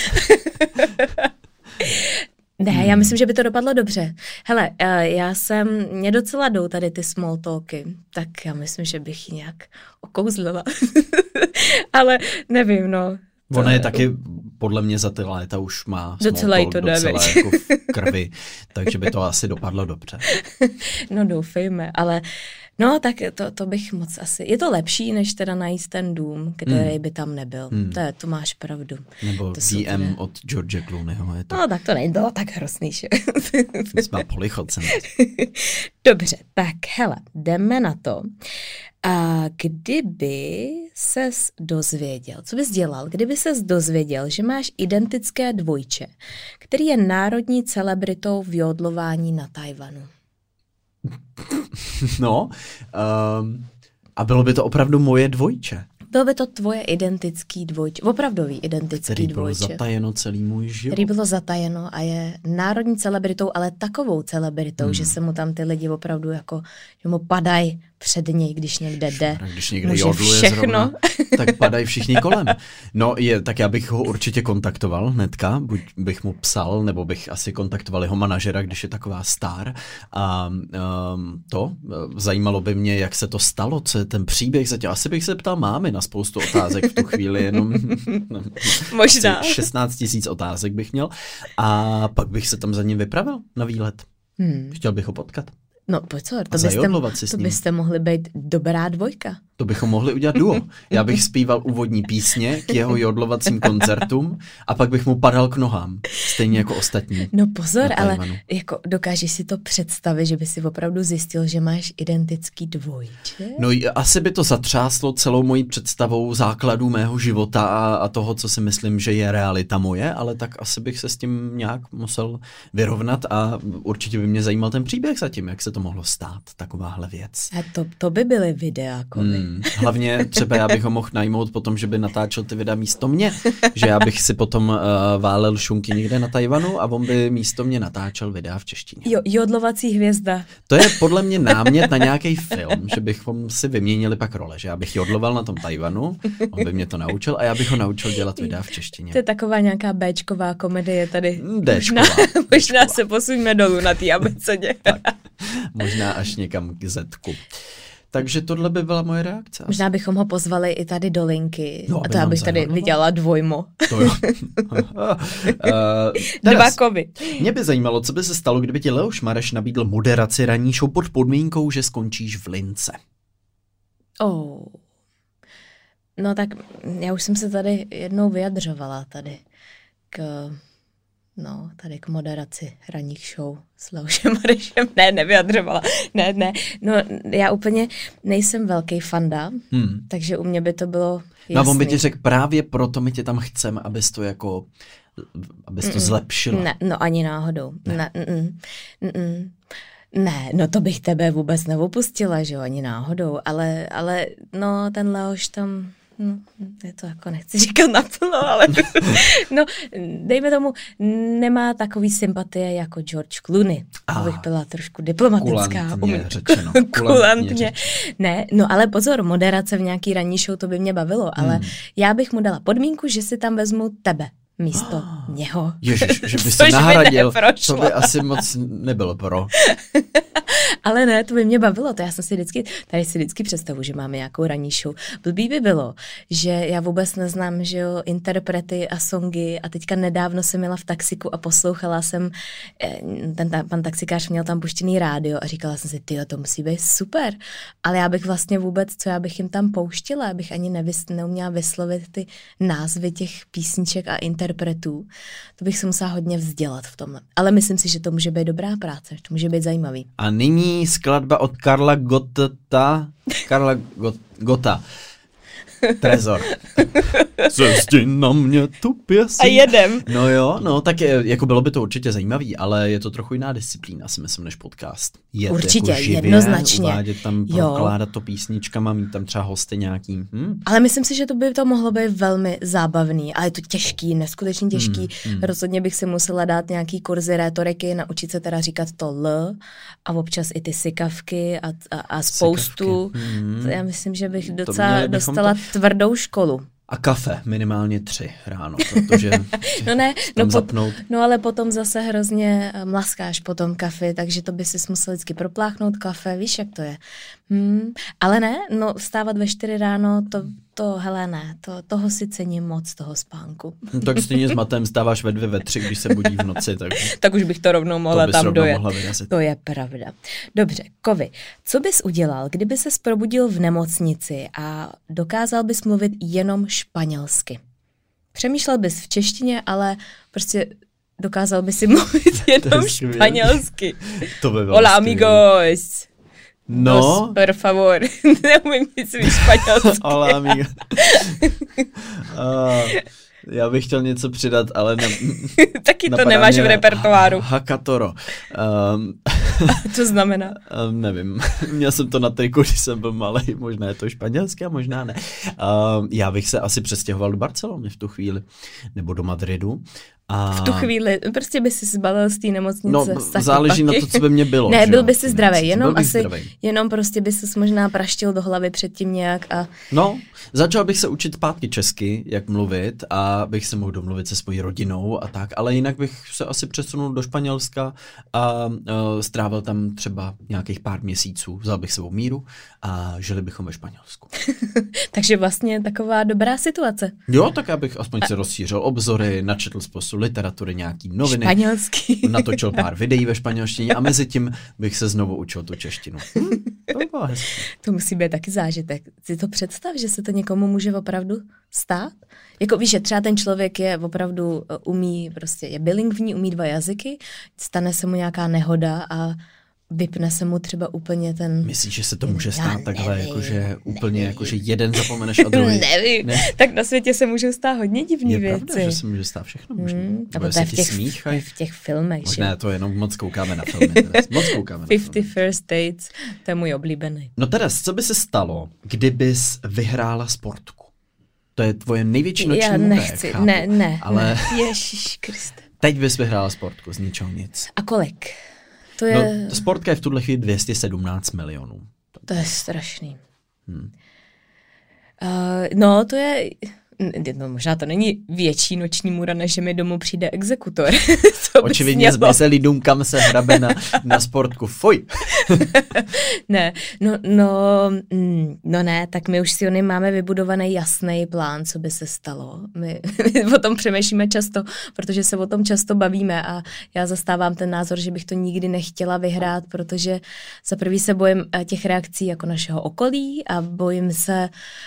Ne, hmm. já myslím, že by to dopadlo dobře. Hele, já jsem, mě docela jdou tady ty small talky, tak já myslím, že bych ji nějak okouzlila. Ale nevím, no. Ona je taky, podle mě za ty léta už má docela small talk, to docela jako v krvi, takže by to asi dopadlo dobře. No doufejme, ale no, tak to, to bych moc asi... Je to lepší, než teda najít ten dům, který hmm. by tam nebyl. Hmm. To, je, to máš pravdu. Nebo D M teda... od George Clooneyho. Je to... No, tak to nebylo tak hrozný, že? My jsme polichodce. Dobře, tak hele, jdeme na to. A kdyby ses dozvěděl, co bys dělal, kdyby ses dozvěděl, že máš identické dvojče, který je národní celebritou v jodlování na Tajvanu? No, um, a bylo by to opravdu moje dvojče. Bylo by to tvoje identický dvojče, opravdový identický který dvojče. Který bylo zatajeno celý můj život. Který bylo zatajeno a je národní celebritou, ale takovou celebritou, hmm. že se mu tam ty lidi opravdu jako, že mu padají před něj, když někde jde. Když někde jodluje zrovna, tak padají všichni kolem. No, je, tak já bych ho určitě kontaktoval hnedka, buď bych mu psal, nebo bych asi kontaktoval jeho manažera, když je taková star. A um, to, zajímalo by mě, jak se to stalo, co je ten příběh zatím. Asi bych se ptal mámy na spoustu otázek v tu chvíli, jenom no, možná. šestnáct tisíc otázek bych měl. A pak bych se tam za ním vypravil na výlet. Hmm. Chtěl bych ho potkat. No pozor, to byste, to byste mohli být dobrá dvojka. To bychom mohli udělat duo. Já bych zpíval úvodní písně k jeho jodlovacím koncertům a pak bych mu padal k nohám. Stejně jako ostatní. No pozor, ale jako dokážeš si to představit, že by si opravdu zjistil, že máš identický dvojče? No asi by to zatřáslo celou mojí představou základů mého života a, a toho, co si myslím, že je realita moje, ale tak asi bych se s tím nějak musel vyrovnat a určitě by mě zajímal ten příběh zatím, jak se to mohlo stát, takováhle věc. A to, to by byly videa, hmm, hlavně třeba já bych ho mohl najmout potom, že by natáčel ty videa místo mě, že já bych si potom uh, válel šunky někde na Tajvanu a on by místo mě natáčel videa v češtině. Jo, jodlovací hvězda. To je podle mě námět na nějaký film, že bychom si vyměnili pak role, že já bych jodloval na tom Tajvanu, on by mě to naučil a já bych ho naučil dělat videa v češtině. To je taková nějaká béčková komedie tady. Déčková. Možná, Déčková. možná se posuňme dolů na té abecedě. Možná až někam k zetku. Takže tohle by byla moje reakce. Možná bychom ho pozvali i tady do linky. No, a to já bych tady vydělala dvojmo. To jo. uh, Dva kovy. Mě by zajímalo, co by se stalo, kdyby ti Leoš Mareš nabídl moderaci ranní show pod podmínkou, že skončíš v lince. Oh. No tak já už jsem se tady jednou vyjadřovala tady k... No, tady k moderaci ranních show s Leošem Marešem. Ne, nevyjadřovala. Ne, ne. No, já úplně nejsem velký fanda, hmm. takže u mě by to bylo jasný. No a on by ti řekl, právě proto my tě tam chceme, abys to jako, abys to mm-mm. zlepšila. Ne, no ani náhodou. Ne. Ne, mm-mm. Mm-mm. Ne, no to bych tebe vůbec neopustila, že jo, ani náhodou, ale, ale no ten Leoš tam... No, je to jako nechci říkat naplno, ale no, dejme tomu, nemá takový sympatie jako George Clooney. Abych byla trošku diplomatická. Kulantně řečeno. Kulantně. Ne, no ale pozor, moderace v nějaký ranní show, to by mě bavilo, ale hmm. já bych mu dala podmínku, že si tam vezmu tebe místo oh. něho. Ježiš, že by se nahradil, to by asi moc nebylo pro. Ale ne, to by mě bavilo, to já jsem si vždycky, tady si vždycky představu, že máme nějakou ranní show. Blbý by bylo, že já vůbec neznám, že jo, interprety a songy a teďka nedávno jsem jela v taxiku a poslouchala jsem, ten ta, pan taxikář měl tam puštěný rádio a říkala jsem si, tyjo, to musí být super, ale já bych vlastně vůbec, co já bych jim tam pouštila, já bych ani nevys, neuměla vyslovit ty názvy těch písniček a interpretů. To bych se musela hodně vzdělat v tomhle. Ale myslím si, že to může být dobrá práce, že to může být zajímavý. A nyní skladba od Karla Gotta. Karla Got, Gotta. Trezor. Zjezdi na mě tu pěseň. A jedem. No jo, no tak je, jako bylo by to určitě zajímavý, ale je to trochu jiná disciplína, si myslím, než podcast. Jet určitě, jako živě, jednoznačně. Uvádět tam, prokládat to písničkama, mít tam třeba hosty nějaký. Hm? Ale myslím si, že to by to mohlo být velmi zábavný, ale je to těžký, neskutečně těžký. Hmm, hmm. Rozhodně bych si musela dát nějaký kurzy rétoriky, naučit se teda říkat to L a občas i ty sykavky a, a, a spoustu. Hmm. Já myslím, že bych docela dostala to... tvrdou školu. A kafe, minimálně tři ráno, protože no ne, tam no, zapnout. No ale potom zase hrozně mlaskáš po tom kafe, takže to by si musel vždycky propláchnout kafe, víš, jak to je. Hmm, ale ne, no vstávat ve čtyři ráno, to, to hele ne, to, toho si cením moc, toho spánku. No, tak stejně s matem stáváš ve dvě, ve tři, když se budí v noci. Tak, tak už bych to rovnou mohla to tam rovnou dojet. Mohla vyrazit. To je pravda. Dobře, Kovy, co bys udělal, kdyby ses probudil v nemocnici a dokázal bys mluvit jenom španělsky? Přemýšlel bys v češtině, ale prostě dokázal bys si mluvit jenom španělsky. To by bylo Hola, amigos. No. Dos, por favor. Neumím nic víc španělsky. Hola, amigo. uh, já bych chtěl něco přidat, ale ne, taky to nemáš v repertoáru. Hakatoro. Um, to znamená? Um, nevím. Měl jsem to na triku, když jsem byl malej. Možná je to španělské a možná ne. Um, já bych se asi přestěhoval do Barcelony v tu chvíli. Nebo do Madridu. A... V tu chvíli, prostě by si zbalil z té nemocnice. No, záleží na to, co by mě bylo. Ne, byl by si zdravý, jenom asi, zdravej. jenom prostě by si možná praštil do hlavy předtím nějak a... No, začal bych se učit zpátky česky, jak mluvit a bych se mohl domluvit se svojí rodinou a tak, ale jinak bych se asi přesunul do Španělska a uh, strávil tam třeba nějakých pár měsíců, vzal bych sebou míru a žili bychom ve Španělsku. Takže vlastně taková dobrá situace. Jo, tak abych aspoň a... si rozšířil obzory, načetl spoustu literatury, nějaký noviny. Španělský. Natočil pár videí ve španělštině a mezi tím bych se znovu učil tu češtinu. Hm, to by bylo hezké. To musí být taky zážitek. Si to představ, že se to někomu může opravdu stát? Jako víš, že třeba ten člověk je opravdu umí, prostě je bilingvní, umí dva jazyky, stane se mu nějaká nehoda a vypne se mu třeba úplně ten... Myslíš, že se to může stát Já takhle, nevím, jakože úplně, nevím. jakože jeden zapomeneš a druhý? Nevím, ne? Tak na světě se můžou stát hodně divný Je věci. pravda, že se může stát všechno možná. Hmm, Nebo to je v ti těch, smíchají. v těch filmech, Možná že? to jenom moc koukáme na filmy. Teraz. Moc koukáme na Fifty filmy. First Dates, to je můj oblíbený. No teda, co by se stalo, kdybys vyhrála sportku? To je tvoje největší noční Já můra, nechci, jak chápu. ne, ne, Ale ne. Ježiš Kriste. teď bys vyhrála sportku z ničeho nic. A kolik? To je, No, sportka je v tuhle chvíli dvě stě sedmnáct milionů. to je strašný. Hmm. Uh, no, to je... No, možná to není větší noční můra, než že mi domů přijde exekutor. To by Očividně snělo. zmizelý dům, kam se hrabe na, na sportku. Fuj. Ne, no, no, mm, no ne, tak my už si ony máme vybudovaný jasný plán, co by se stalo. My, my o tom přemýšlíme často, protože se o tom často bavíme a já zastávám ten názor, že bych to nikdy nechtěla vyhrát, protože za prvý se bojím eh, těch reakcí jako našeho okolí a bojím se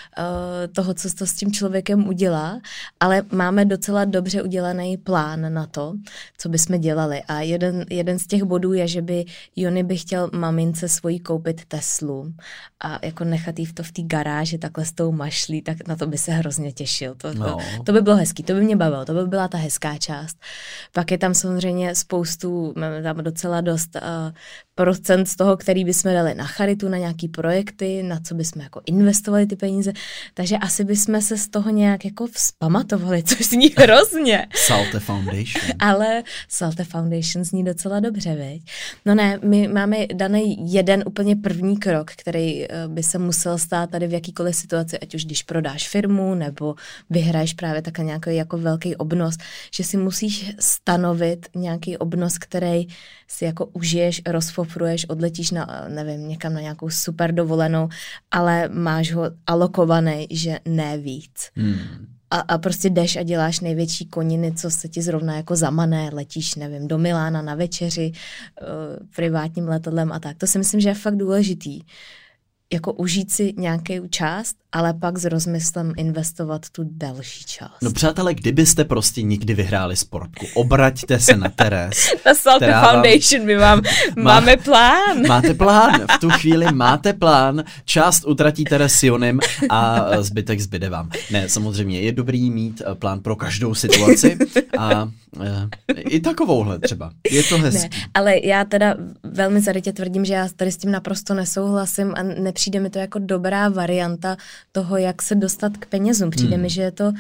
uh, toho, co to s tím člověkem udělá, ale máme docela dobře udělaný plán na to, co bychom dělali. A jeden, jeden z těch bodů je, že by Jony by chtěl mamince svojí koupit Teslu a jako nechat jí v to v té garáži takhle s tou mašlí, tak na to by se hrozně těšil. To, No. to, to by bylo hezký, to by mě bavilo, to by byla ta hezká část. Pak je tam samozřejmě spoustu, máme tam docela dost uh, procent z toho, který bychom dali na charitu, na nějaký projekty, na co bychom jako investovali ty peníze, takže asi bychom se z toho nějak jako vzpamatovali, což zní hrozně. Salte Foundation. Ale Salte Foundation zní docela dobře, viď? No ne, my máme daný jeden úplně první krok, který by se musel stát tady v jakýkoliv situaci, ať už když prodáš firmu, nebo vyhraješ právě takhle nějaký jako velký obnos, že si musíš stanovit nějaký obnos, který si jako užiješ, rozfofruješ, odletíš na, nevím, někam na nějakou super dovolenou, ale máš ho alokovaný, že ne víc. Hmm. A, a prostě jdeš a děláš největší koniny, co se ti zrovna jako zamané, letíš, nevím, do Milána na večeři, uh, privátním letadlem a tak. To si myslím, že je fakt důležitý. Jako užít si nějaký část, ale pak s rozmyslem investovat tu další část. No přátelé, kdybyste prostě nikdy vyhráli sportku, obraťte se na Teres. Na Salte Foundation my vám máme plán. Máte plán, v tu chvíli máte plán, část utratí Teres s Jonem a zbytek zbyde vám. Ne, samozřejmě je dobrý mít plán pro každou situaci a e, i takovouhle třeba. Je to hezký. Ne, ale já teda velmi zarytě tvrdím, že já tady s tím naprosto nesouhlasím a nepřijde mi to jako dobrá varianta toho, jak se dostat k penězům. Přijde hmm. mi, že je to...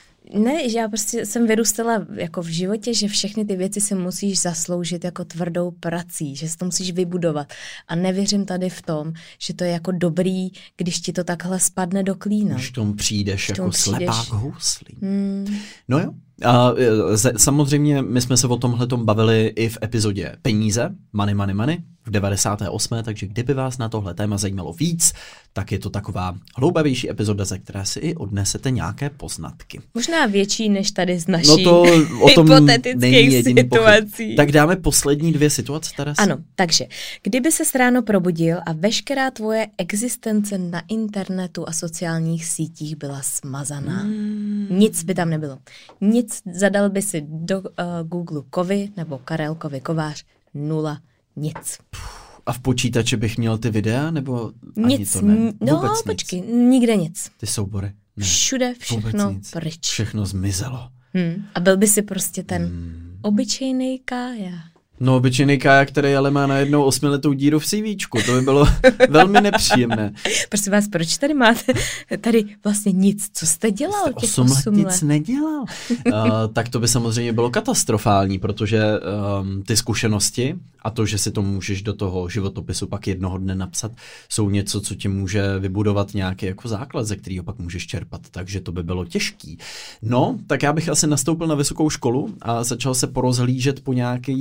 Ne, že já prostě jsem vyrůstala jako v životě, že všechny ty věci si musíš zasloužit jako tvrdou prací, že si to musíš vybudovat. A nevěřím tady v tom, že to je jako dobrý, když ti to takhle spadne do klína. Když tomu přijdeš Když jako přijdeš... slepák houslí. Hmm. No jo. A z, samozřejmě my jsme se o tomhletom bavili i v epizodě Peníze, Money, Money, Money v devadesáté osmé Takže kdyby vás na tohle téma zajímalo víc, tak je to taková hloubavější epizoda, ze které si i odnesete nějaké poznatky. Možná větší než tady z naší no to o tom hypotetických situací. Tak dáme poslední dvě situace, Teres? Ano, takže kdyby ses ráno probudil a veškerá tvoje existence na internetu a sociálních sítích byla smazaná. Hmm. Nic by tam nebylo. Nic, zadal by si do uh, Google Kovy nebo Karel Kovy Kovář, nula, nic. A v počítači bych měl ty videa, nebo ani nic, to ne? N- no Vůbec počkej, nic. nikde nic. Ty soubory? Ne. Všude všechno pryč. Všechno zmizelo. Hmm. A byl by si prostě ten hmm. obyčejný Kája. No, obyčejný Kája, který ale má najednou osmiletou díru v CVčku. To by bylo velmi nepříjemné. Prosím vás, proč tady máte tady vlastně nic? Co jste dělal jste těch osm let? osm let? Nic nedělal. uh, tak to by samozřejmě bylo katastrofální, protože um, ty zkušenosti a to, že si to můžeš do toho životopisu pak jednoho dne napsat, jsou něco, co ti může vybudovat nějaký jako základ, ze kterého pak můžeš čerpat, takže to by bylo těžký. No, tak já bych asi nastoupil na vysokou školu a začal se porozhlížet po nějakým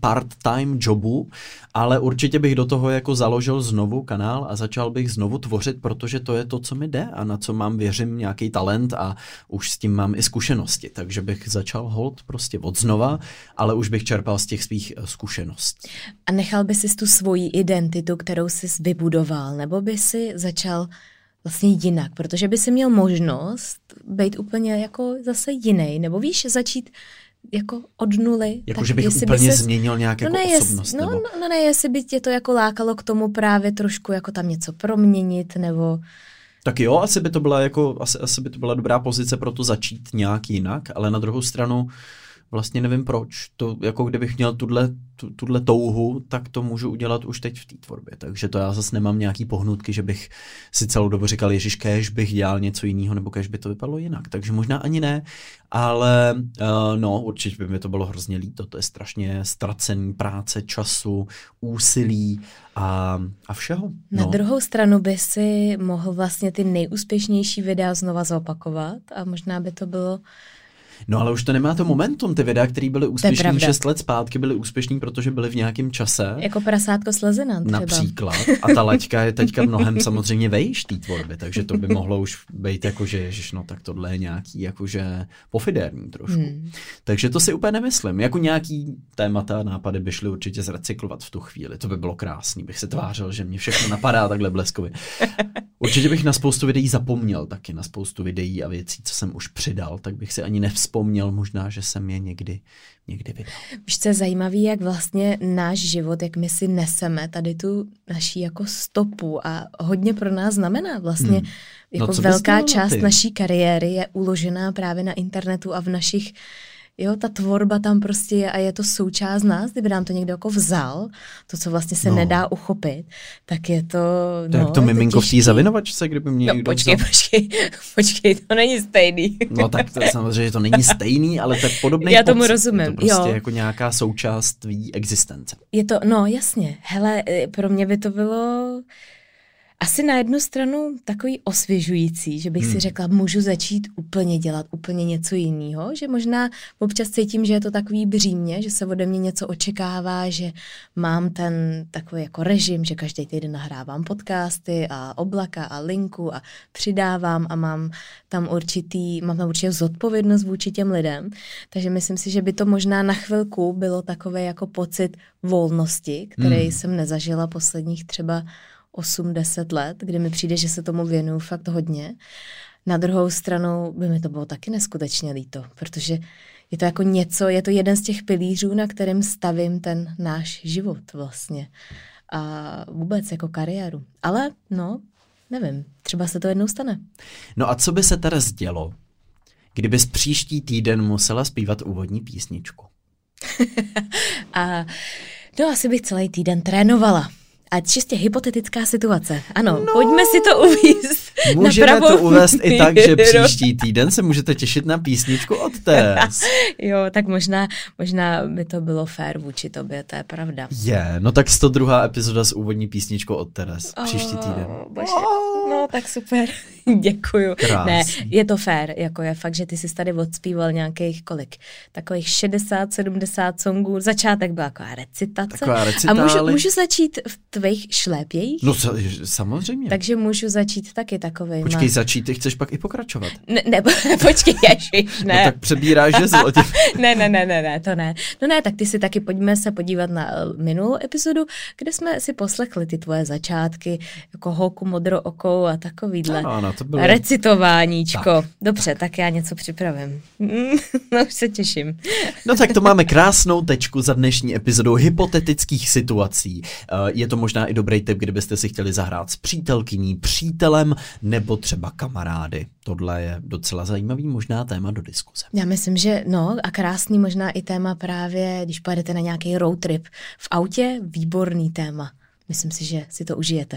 part-time jobu, ale určitě bych do toho jako založil znovu kanál a začal bych znovu tvořit, protože to je to, co mi jde a na co mám, věřím, nějaký talent a už s tím mám i zkušenosti. Takže bych začal hold prostě od znova, ale už bych čerpal z těch svých zkušeností. A nechal by si tu svoji identitu, kterou jsi vybudoval, nebo by si začal vlastně jinak, protože by si měl možnost být úplně jako zase jiný, nebo víš, začít jako od nuly. Jako, že bych úplně by ses... změnil nějak no jako ne, osobnost. No, nebo... no, no ne, jestli by tě to jako lákalo k tomu právě trošku jako tam něco proměnit, nebo... Tak jo, asi by to byla jako, asi, asi by to byla dobrá pozice pro to začít nějak jinak, ale na druhou stranu vlastně nevím proč. To, jako kdybych měl tuhle, tu, tuhle touhu, tak to můžu udělat už teď v té tvorbě. Takže to já zase nemám nějaký pohnutky, že bych si celou dobu říkal, ježiš, kéž bych dělal něco jiného, nebo kéž by to vypadalo jinak. Takže možná ani ne, ale uh, no, určitě by mi to bylo hrozně líto. To je strašně ztracený práce, času, úsilí a, a všeho. Na no. druhou stranu by si mohl vlastně ty nejúspěšnější videa znova zopakovat a možná by to bylo... No ale už to nemá to momentum. Ty videa, které byly úspěšný šest let zpátky, byly úspěšný, protože byly v nějakém čase. Jako prasátko slezina třeba. Například. A ta laťka je teďka mnohem samozřejmě vejš té tvorby, takže to by mohlo už být jako, že ježiš, no tak tohle je nějaký jakože pofidérní trošku. Hmm. Takže to si úplně nemyslím. Jako nějaký témata, nápady by šly určitě zrecyklovat v tu chvíli. To by bylo krásný. Bych se tvářil, že mě všechno napadá takhle bleskově. Určitě bych na spoustu videí zapomněl taky, na spoustu videí a věcí, co jsem už přidal, tak bych si ani nevzpomněl možná, že jsem je někdy, někdy vydal. Víš, co je zajímavý, jak vlastně náš život, jak my si neseme tady tu naší jako stopu a hodně pro nás znamená vlastně, hmm. jako no, velká část naší kariéry je uložená právě na internetu a v našich. Jo, ta tvorba tam prostě je a je to součást nás, kdyby nám to někdo jako vzal, to, co vlastně se no. nedá uchopit, tak je to, no, tak to miminko v té zavinovačce, kdyby mě no, někdo počkej, vzal. počkej, počkej, to není stejný. No tak to samozřejmě to není stejný, ale to je podobný Já tomu pocit. rozumím, je to prostě jo. jako nějaká součást tvý existence. Je to, no jasně, hele, pro mě by to bylo... Asi na jednu stranu takový osvěžující, že bych hmm. si řekla, můžu začít úplně dělat úplně něco jiného, že možná občas cítím, že je to takový břímě, že se ode mě něco očekává, že mám ten takový jako režim, že každý týden nahrávám podcasty a oblaka a linku a přidávám a mám tam určitý, mám tam určitě zodpovědnost vůči těm lidem, takže myslím si, že by to možná na chvilku bylo takový jako pocit volnosti, který hmm. jsem nezažila posledních třeba osm deset let, kdy mi přijde, že se tomu věnuju fakt hodně. Na druhou stranu by mi to bylo taky neskutečně líto, protože je to jako něco, je to jeden z těch pilířů, na kterém stavím ten náš život vlastně. A vůbec jako kariéru. Ale no, nevím, třeba se to jednou stane. No a co by se teda dělo, kdybys příští týden musela zpívat úvodní písničku? a no asi bych celý týden trénovala. A čistě hypotetická situace. Ano, no, pojďme si to uvízt. Můžeme to uvést i tak, že příští týden se můžete těšit na písničku od Teres. Jo, tak možná, možná by to bylo fér vůči tobě, to je pravda. Je, yeah, no tak sto druhá epizoda s úvodní písničkou od Teres. Příští týden. Oh, bože, no tak super. Děkuju. Krásný. Ne, je to fér, jako je fakt, že ty jsi tady odspíval nějakých kolik? Takových šedesát sedmdesát songů. Začátek byla taková recitace. Taková recitály. A můžu, můžu začít v tvých šlépějích? No samozřejmě. Takže můžu začít taky takovej. Počkej, začít, ty chceš pak i pokračovat. Ne, ne počkej, ježiš, ne. No tak přebíráš žezlo. ne, ne, ne, ne, ne, to ne. No ne, tak ty si taky pojďme se podívat na minulou epizodu, kde jsme si poslechli ty tvoje začátky, jako holku modrookou a takovýhle. No, no, to bylo... Recitováníčko. Tak. Dobře, tak já něco připravím. No už se těším. No tak to máme krásnou tečku za dnešní epizodou hypotetických situací. Je to možná i dobrý tip, kdybyste si chtěli zahrát s přítelkyní, přítelem nebo třeba kamarády. Tohle je docela zajímavý možná téma do diskuze. Já myslím, že no a krásný možná i téma právě, když pojedete na nějaký road trip v autě, výborný téma. Myslím si, že si to užijete.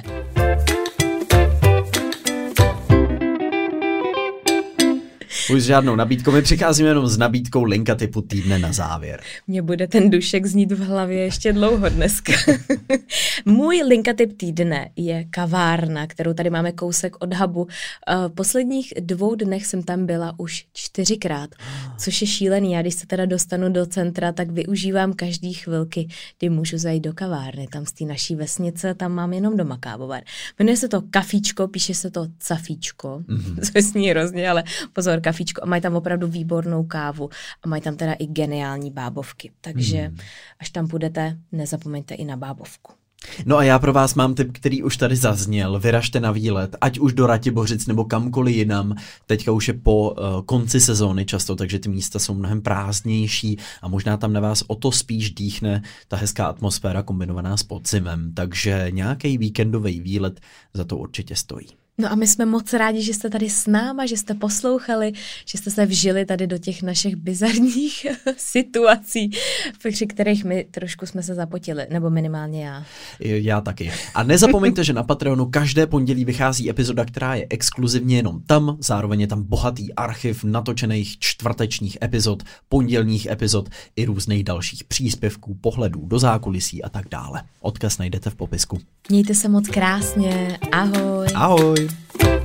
Už žádnou nabídkou, my přicházíme jenom s nabídkou linka typu týdne na závěr. Mně bude ten dušek znít v hlavě ještě dlouho dneska. Můj linka typ týdne je kavárna, kterou tady máme kousek od hubu. V posledních dvou dnech jsem tam byla už čtyřikrát, což je šílený. Já když se teda dostanu do centra, tak využívám každý chvilky, kdy můžu zajít do kavárny. Tam z té naší vesnice, tam mám jenom doma kávovar. Jmenuje se to Kafíčko, píše se to Cafíčko, mm-hmm. což zní hrozně, ale pozor, Kafíčko. A mají tam opravdu výbornou kávu a mají tam teda i geniální bábovky. Takže mm. až tam půjdete, nezapomeňte i na bábovku. No a já pro vás mám tip, který už tady zazněl. Vyražte na výlet, ať už do Ratibořic nebo kamkoliv jinam. Teďka už je po uh, konci sezóny často, takže ty místa jsou mnohem prázdnější a možná tam na vás o to spíš dýchne ta hezká atmosféra kombinovaná s podzimem. Takže nějaký víkendový výlet za to určitě stojí. No a my jsme moc rádi, že jste tady s náma, že jste poslouchali, že jste se vžili tady do těch našich bizarních situací, při kterých my trošku jsme se zapotili, nebo minimálně já. Já taky. A nezapomeňte, že na Patreonu každé pondělí vychází epizoda, která je exkluzivně jenom tam, zároveň je tam bohatý archiv natočených čtvrtečních epizod, pondělních epizod i různých dalších příspěvků, pohledů do zákulisí a tak dále. Odkaz najdete v popisku. Mějte se moc krásně. Ahoj. Ahoj.